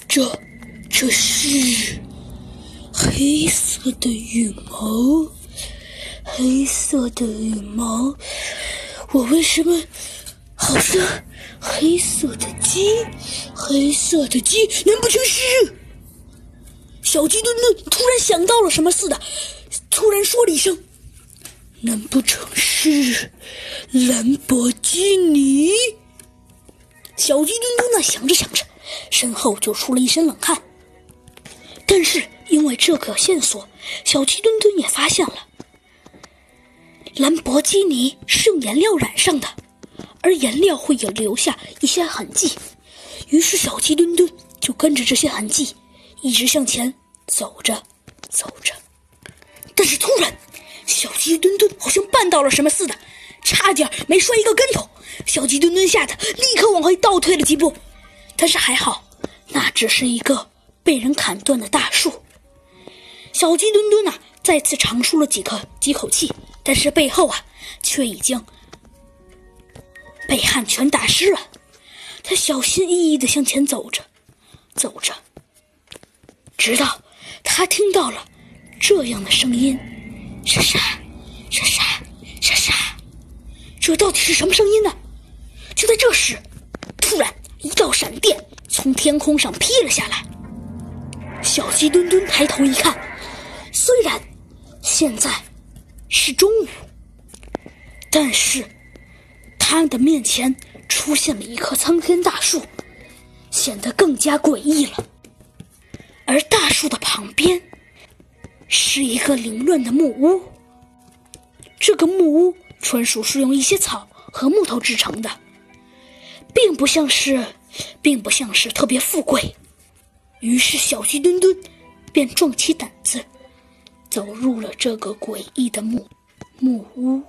这是黑色的羽毛，黑色的羽毛，我为什么好像黑色的鸡？难不成是？小鸡墩墩突然想到了什么似的，突然说了一声：“难不成是兰博基尼？”小鸡墩墩呢，想着想着，身后就出了一身冷汗。但是因为这个线索，小鸡墩墩也发现了，兰博基尼是用颜料染上的，而颜料会有留下一些痕迹。于是小鸡墩墩就跟着这些痕迹一直向前走着。但是突然，小鸡墩墩好像绊到了什么似的，差点没摔一个跟头。小鸡墩墩吓得立刻往回倒退了几步，但是还好，那只是一个被人砍断的大树。小鸡墩墩再次长舒了几口气，但是背后却已经被汗全打湿了。他小心翼翼地向前走着，直到他听到了这样的声音：沙沙沙沙沙沙。这到底是什么声音呢？就在这时，突然一道闪电从天空上劈了下来。小鸡墩墩抬头一看，虽然现在是中午，但是他的面前出现了一棵苍天大树，显得更加诡异了。而大树的旁边是一个凌乱的木屋，这个木屋纯属是用一些草和木头制成的，并不像是特别富贵。于是小鸡墩墩便壮起胆子走入了这个诡异的木屋。